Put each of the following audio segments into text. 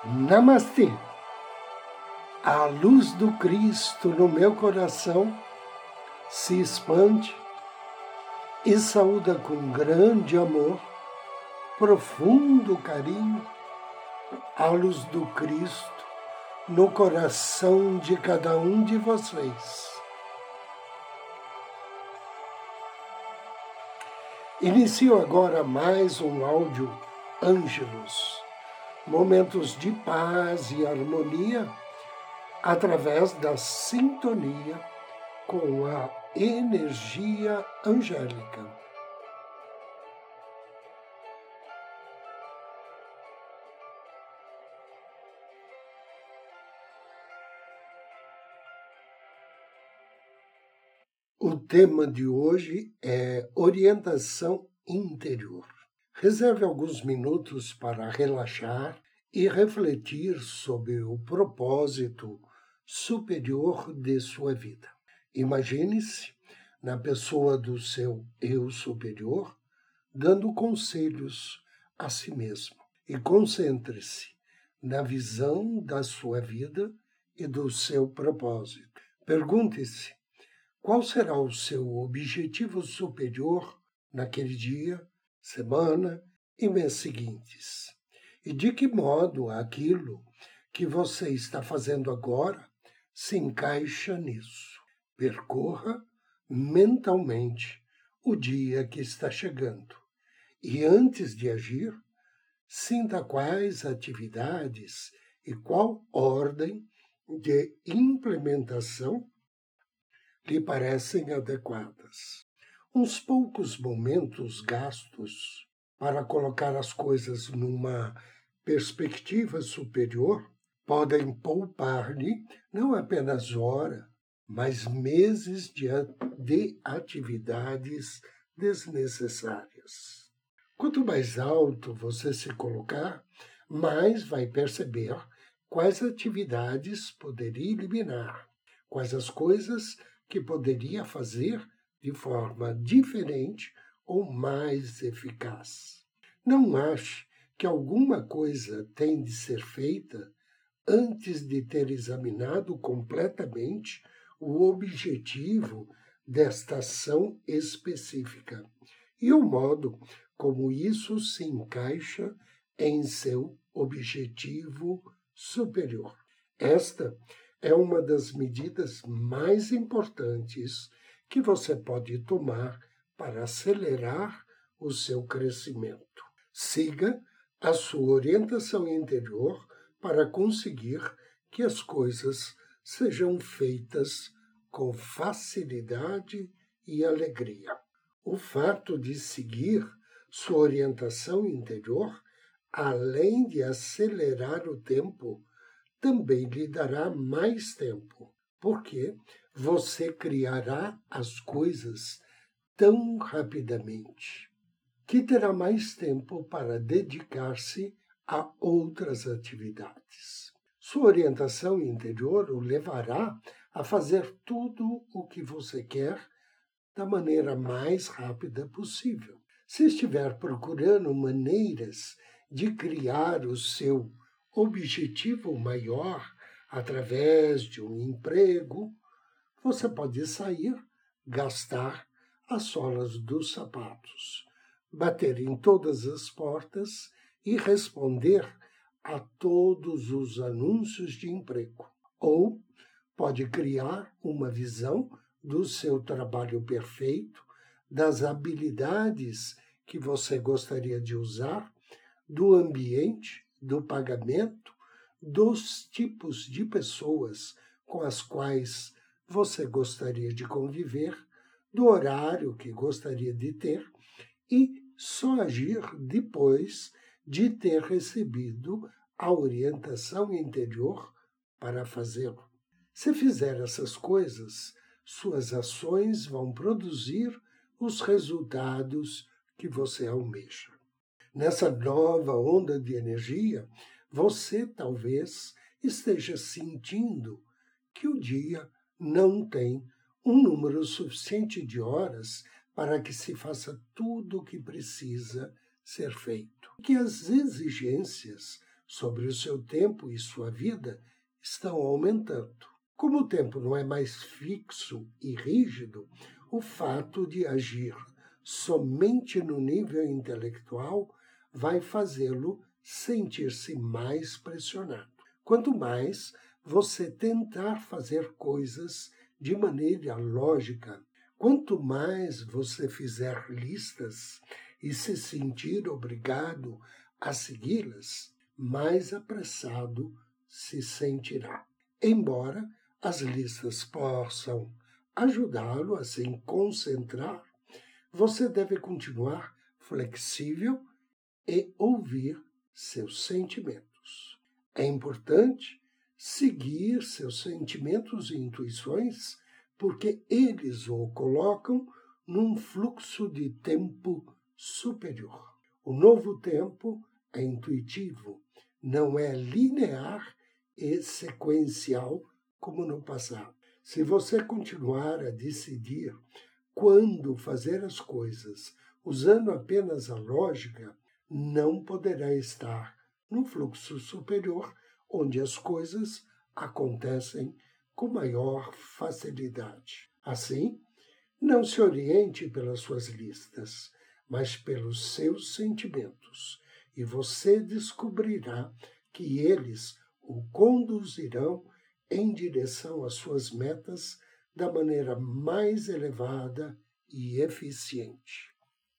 Namastê! A luz do Cristo no meu coração se expande e saúda com grande amor, profundo carinho, a luz do Cristo no coração de cada um de vocês. Inicio agora mais um áudio Ângelos, momentos de paz e harmonia através da sintonia com a energia angélica. O tema de hoje é orientação interior. Reserve alguns minutos para relaxar e refletir sobre o propósito superior de sua vida. Imagine-se na pessoa do seu eu superior, dando conselhos a si mesmo. E concentre-se na visão da sua vida e do seu propósito. Pergunte-se: qual será o seu objetivo superior naquele dia, semana e mês seguintes? E de que modo aquilo que você está fazendo agora se encaixa nisso? Percorra mentalmente o dia que está chegando. E antes de agir, sinta quais atividades e qual ordem de implementação lhe parecem adequadas. Uns poucos momentos gastos para colocar as coisas numa perspectiva superior podem poupar-lhe não apenas horas, mas meses de atividades desnecessárias. Quanto mais alto você se colocar, mais vai perceber quais atividades poderia eliminar, quais as coisas que poderia fazer de forma diferente ou mais eficaz. Não ache que alguma coisa tem de ser feita antes de ter examinado completamente o objetivo desta ação específica e o modo como isso se encaixa em seu objetivo superior. Esta é uma das medidas mais importantes que você pode tomar para acelerar o seu crescimento. Siga a sua orientação interior para conseguir que as coisas sejam feitas com facilidade e alegria. O fato de seguir sua orientação interior, além de acelerar o tempo, também lhe dará mais tempo, porque você criará as coisas tão rapidamente que terá mais tempo para dedicar-se a outras atividades. Sua orientação interior o levará a fazer tudo o que você quer da maneira mais rápida possível. Se estiver procurando maneiras de criar o seu objetivo maior através de um emprego, você pode sair, gastar as solas dos sapatos, bater em todas as portas e responder a todos os anúncios de emprego. Ou pode criar uma visão do seu trabalho perfeito, das habilidades que você gostaria de usar, do ambiente, do pagamento, dos tipos de pessoas com as quais você gostaria de conviver, do horário que gostaria de ter e só agir depois de ter recebido a orientação interior para fazê-lo. Se fizer essas coisas, suas ações vão produzir os resultados que você almeja. Nessa nova onda de energia, você talvez esteja sentindo que o dia não tem um número suficiente de horas para que se faça tudo o que precisa ser feito. Que as exigências sobre o seu tempo e sua vida estão aumentando. Como o tempo não é mais fixo e rígido, o fato de agir somente no nível intelectual vai fazê-lo sentir-se mais pressionado. Quanto mais você tentar fazer coisas de maneira lógica, quanto mais você fizer listas e se sentir obrigado a segui-las, mais apressado se sentirá. Embora as listas possam ajudá-lo a se concentrar, você deve continuar flexível e ouvir seus sentimentos. É importante seguir seus sentimentos e intuições, porque eles o colocam num fluxo de tempo superior. O novo tempo é intuitivo, não é linear e sequencial como no passado. Se você continuar a decidir quando fazer as coisas usando apenas a lógica, não poderá estar no fluxo superior, onde as coisas acontecem com maior facilidade. Assim, não se oriente pelas suas listas, mas pelos seus sentimentos, e você descobrirá que eles o conduzirão em direção às suas metas da maneira mais elevada e eficiente.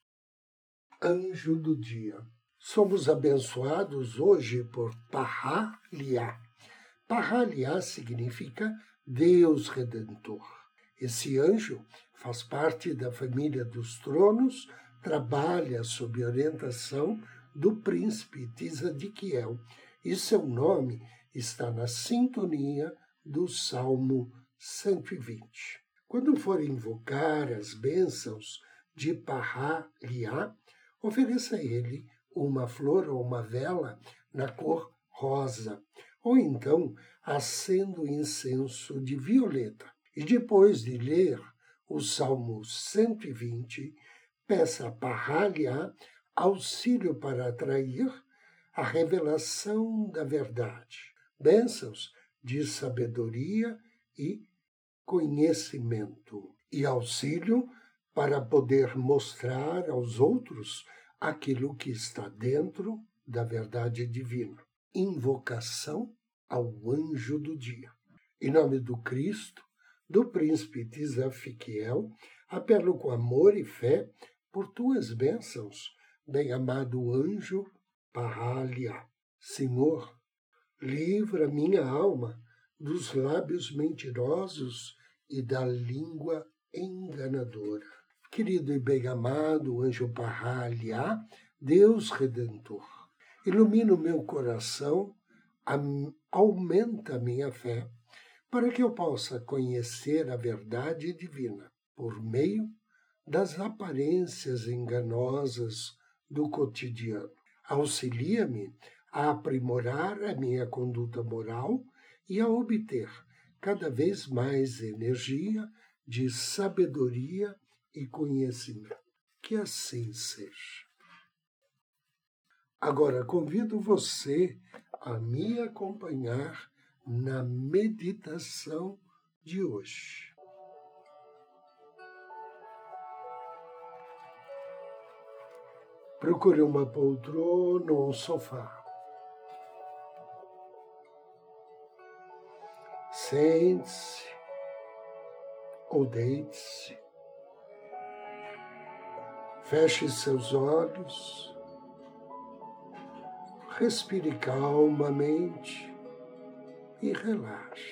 Anjo do dia. Somos abençoados hoje por Pahaliá. Pahaliá significa Deus Redentor. Esse anjo faz parte da família dos tronos, trabalha sob orientação do príncipe Tzadkiel, e seu nome está na sintonia do Salmo 120. Quando for invocar as bênçãos de Pahaliá, ofereça a ele uma flor ou uma vela na cor rosa, ou então acenda o incenso de violeta. E depois de ler o Salmo 120, peça a Pahaliá auxílio para atrair a revelação da verdade, bênçãos de sabedoria e conhecimento, e auxílio para poder mostrar aos outros aquilo que está dentro da verdade divina. Invocação ao anjo do dia. Em nome do Cristo, do príncipe Tzadkiel, apelo com amor e fé por tuas bênçãos, bem-amado anjo Pahaliá. Senhor, livra minha alma dos lábios mentirosos e da língua enganadora. Querido e bem-amado anjo Pahaliá, Deus Redentor, ilumina o meu coração, aumenta a minha fé, para que eu possa conhecer a verdade divina por meio das aparências enganosas do cotidiano. Auxilia-me a aprimorar a minha conduta moral e a obter cada vez mais energia de sabedoria e conhecimento. Que assim seja. Agora convido você a me acompanhar na meditação de hoje. Procure uma poltrona ou um sofá. Sente-se ou deite-se. Feche seus olhos. Respire calmamente e relaxe.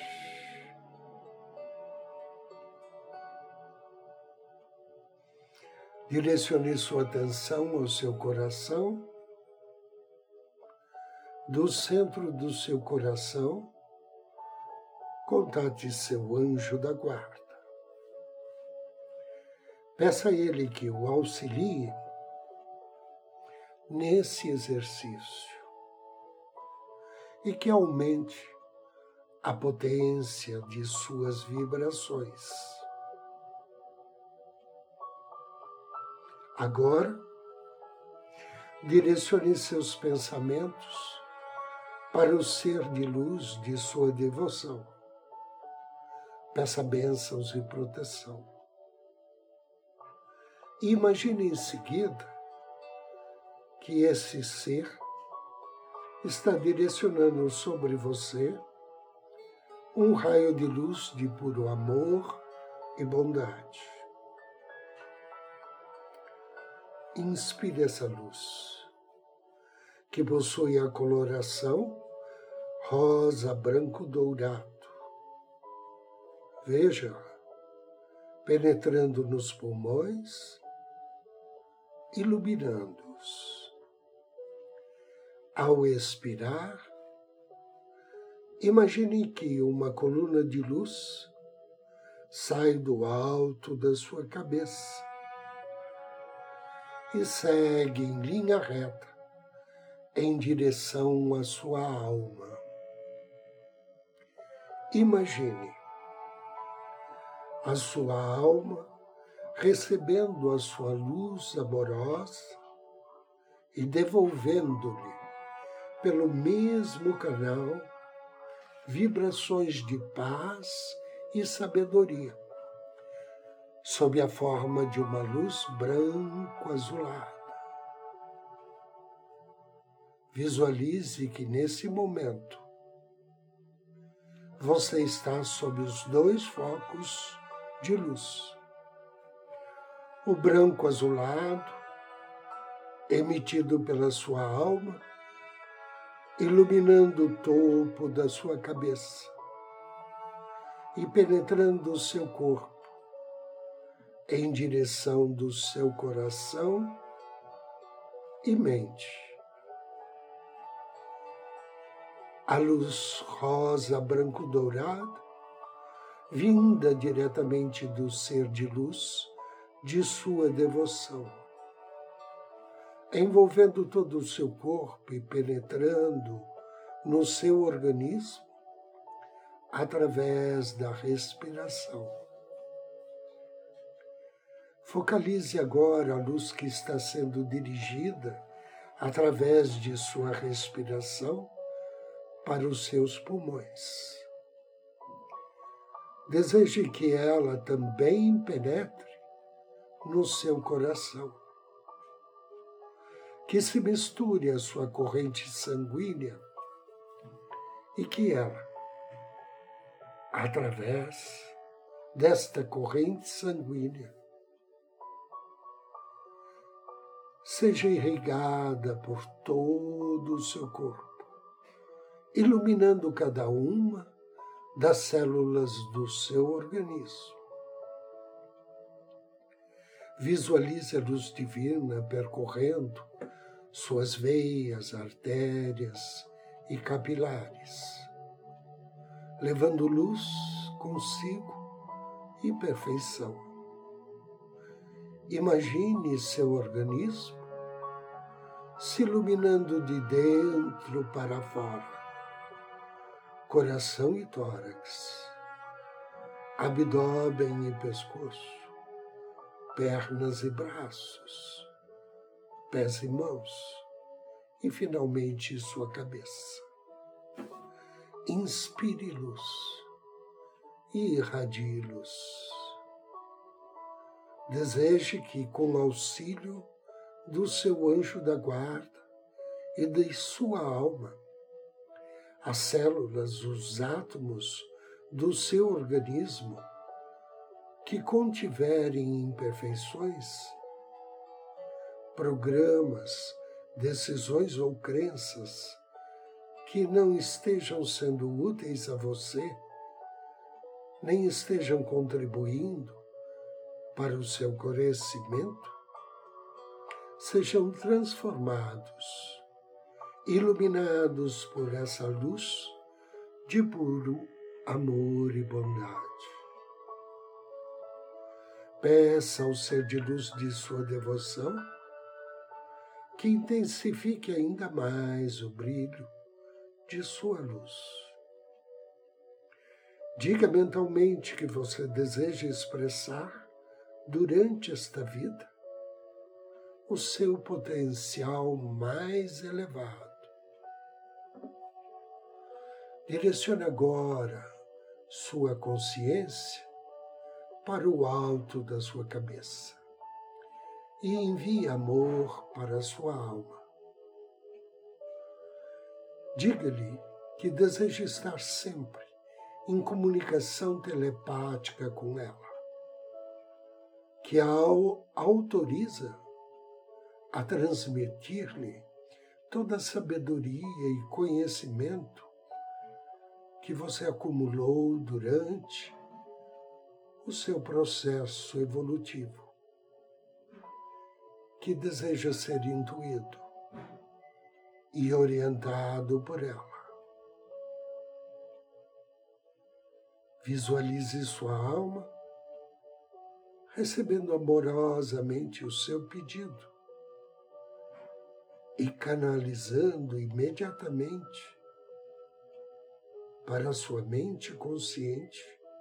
Direcione sua atenção ao seu coração. Do centro do seu coração, contate seu anjo da guarda. Peça a ele que o auxilie nesse exercício e que aumente a potência de suas vibrações. Agora, direcione seus pensamentos para o ser de luz de sua devoção. Peça bênçãos e proteção. E imagine em seguida que esse ser está direcionando sobre você um raio de luz de puro amor e bondade. Inspire essa luz, que possui a coloração rosa, branco, dourado. Veja, penetrando nos pulmões, iluminando-os. Ao expirar, imagine que uma coluna de luz sai do alto da sua cabeça e segue em linha reta em direção à sua alma. Imagine a sua alma recebendo a sua luz amorosa e devolvendo-lhe, pelo mesmo canal, vibrações de paz e sabedoria, sob a forma de uma luz branco-azulada. Visualize que nesse momento você está sob os dois focos de luz. O branco azulado, emitido pela sua alma, iluminando o topo da sua cabeça e penetrando o seu corpo em direção do seu coração e mente. A luz rosa, branco, dourada, vinda diretamente do ser de luz de sua devoção, envolvendo todo o seu corpo e penetrando no seu organismo através da respiração. Focalize agora a luz que está sendo dirigida através de sua respiração para os seus pulmões. Deseje que ela também penetre no seu coração, que se misture à sua corrente sanguínea e que ela, através desta corrente sanguínea, seja irrigada por todo o seu corpo, iluminando cada uma das células do seu organismo. Visualize a luz divina percorrendo suas veias, artérias e capilares, levando luz consigo e perfeição. Imagine seu organismo se iluminando de dentro para fora, coração e tórax, abdômen e pescoço, pernas e braços, pés e mãos, e finalmente sua cabeça. Inspire luz e irradie luz. Deseje que, com auxílio do seu anjo da guarda e de sua alma, as células, os átomos do seu organismo que contiverem imperfeições, programas, decisões ou crenças que não estejam sendo úteis a você, nem estejam contribuindo para o seu crescimento, sejam transformados, iluminados por essa luz de puro amor e bondade. Peça ao ser de luz de sua devoção que intensifique ainda mais o brilho de sua luz. Diga mentalmente que você deseja expressar durante esta vida o seu potencial mais elevado. Direcione agora sua consciência para o alto da sua cabeça e envie amor para a sua alma. Diga-lhe que deseja estar sempre em comunicação telepática com ela, que a autoriza a transmitir-lhe toda a sabedoria e conhecimento que você acumulou durante o seu processo evolutivo, que deseja ser intuído e orientado por ela. Visualize sua alma recebendo amorosamente o seu pedido e canalizando imediatamente para a sua mente consciente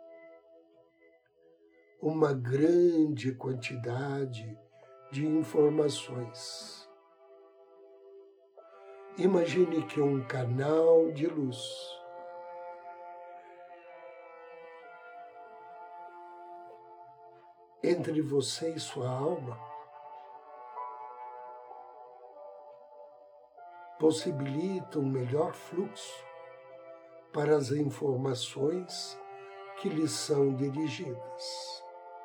uma grande quantidade de informações. Imagine que um canal de luz entre você e sua alma possibilita um melhor fluxo para as informações que lhe são dirigidas.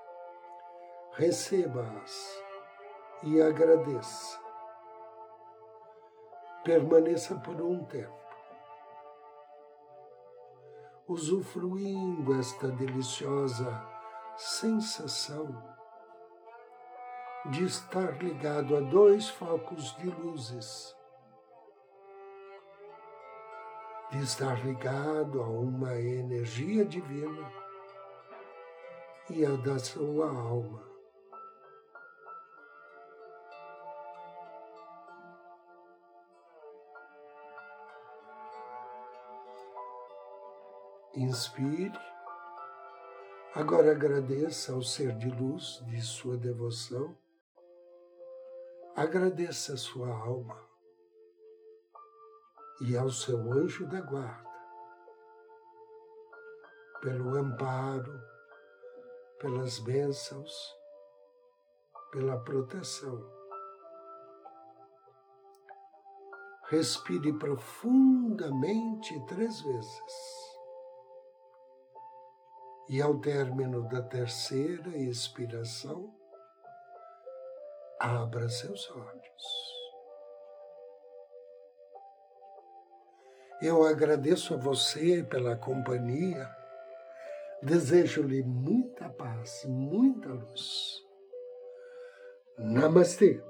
Receba-as e agradeça. Permaneça por um tempo, usufruindo esta deliciosa sensação de estar ligado a 2 focos de luzes, de estar ligado a uma energia divina e a da sua alma. Inspire. Agora agradeça ao ser de luz de sua devoção. Agradeça a sua alma e ao seu anjo da guarda pelo amparo, pelas bênçãos, pela proteção. Respire profundamente 3 vezes. E ao término da 3ª expiração, abra seus olhos. Eu agradeço a você pela companhia, desejo-lhe muita paz, muita luz. Namastê!